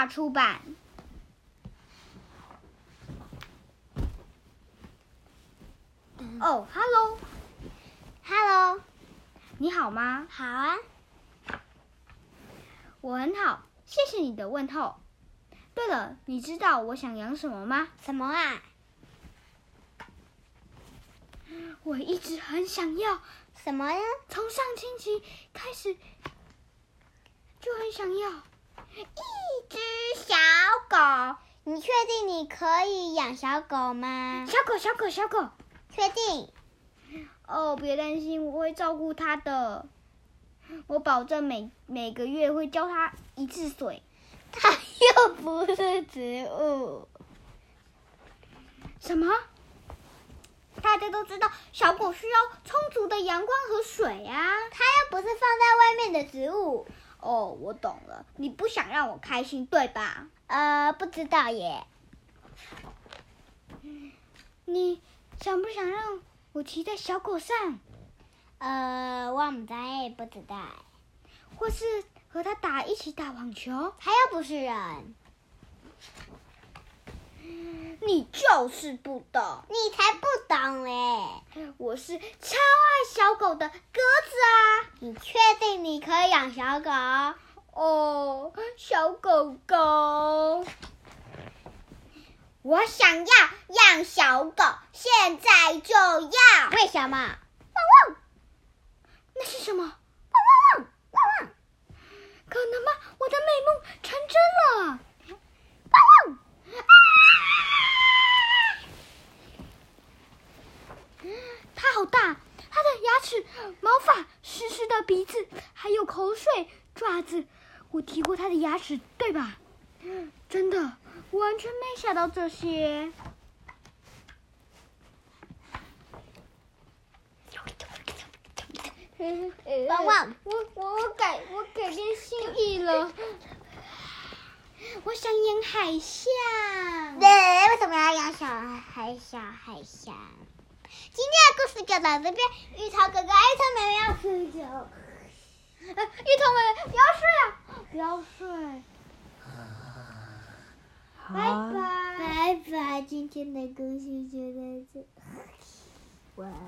化出版。哦 ，Hello， 你好吗？ 好啊。 我很好，谢谢你的问候。对了，你知道我想养什么吗？ 什么啊？ 我一直很想要。 什么呀？ 从上星期开始就很想要一只小狗。 你确定你可以养小狗吗？ 小狗。 确定？ 哦，别担心，我会照顾它的。我保证每个月会浇它1次水。 它又不是植物。 什么？大家都知道小狗需要充足的阳光和水啊。 它又不是放在外面的植物。 哦，我懂了，你不想让我开心，对吧？ 不知道耶。 你想不想让我骑在小狗上？ 我不知道。 或是和它一起打网球？ 它又不是人。 你就是不懂。 你才不懂嘞！ 我是超爱小狗的鸽子啊！ 你确定你可以养小狗？ 哦，小狗狗。我想要养小狗，现在就要。 为什么？ 汪汪！那是什么？汪汪汪！汪汪！可能吗？我的美梦成真了！汪汪！它好大，它的牙齿、毛发、湿湿的鼻子，还有口水、爪子。我提过它的牙齿，对吧？真的，我完全没想到这些。 汪汪！ 我改变心意了。我想养海象。 对，为什么要养小海象？今天的故事就到这边。芋头哥哥、芋头妹妹要睡觉。 芋头妹妹不要睡啊！不要睡。拜拜。 拜拜，今天的故事就到这。晚安。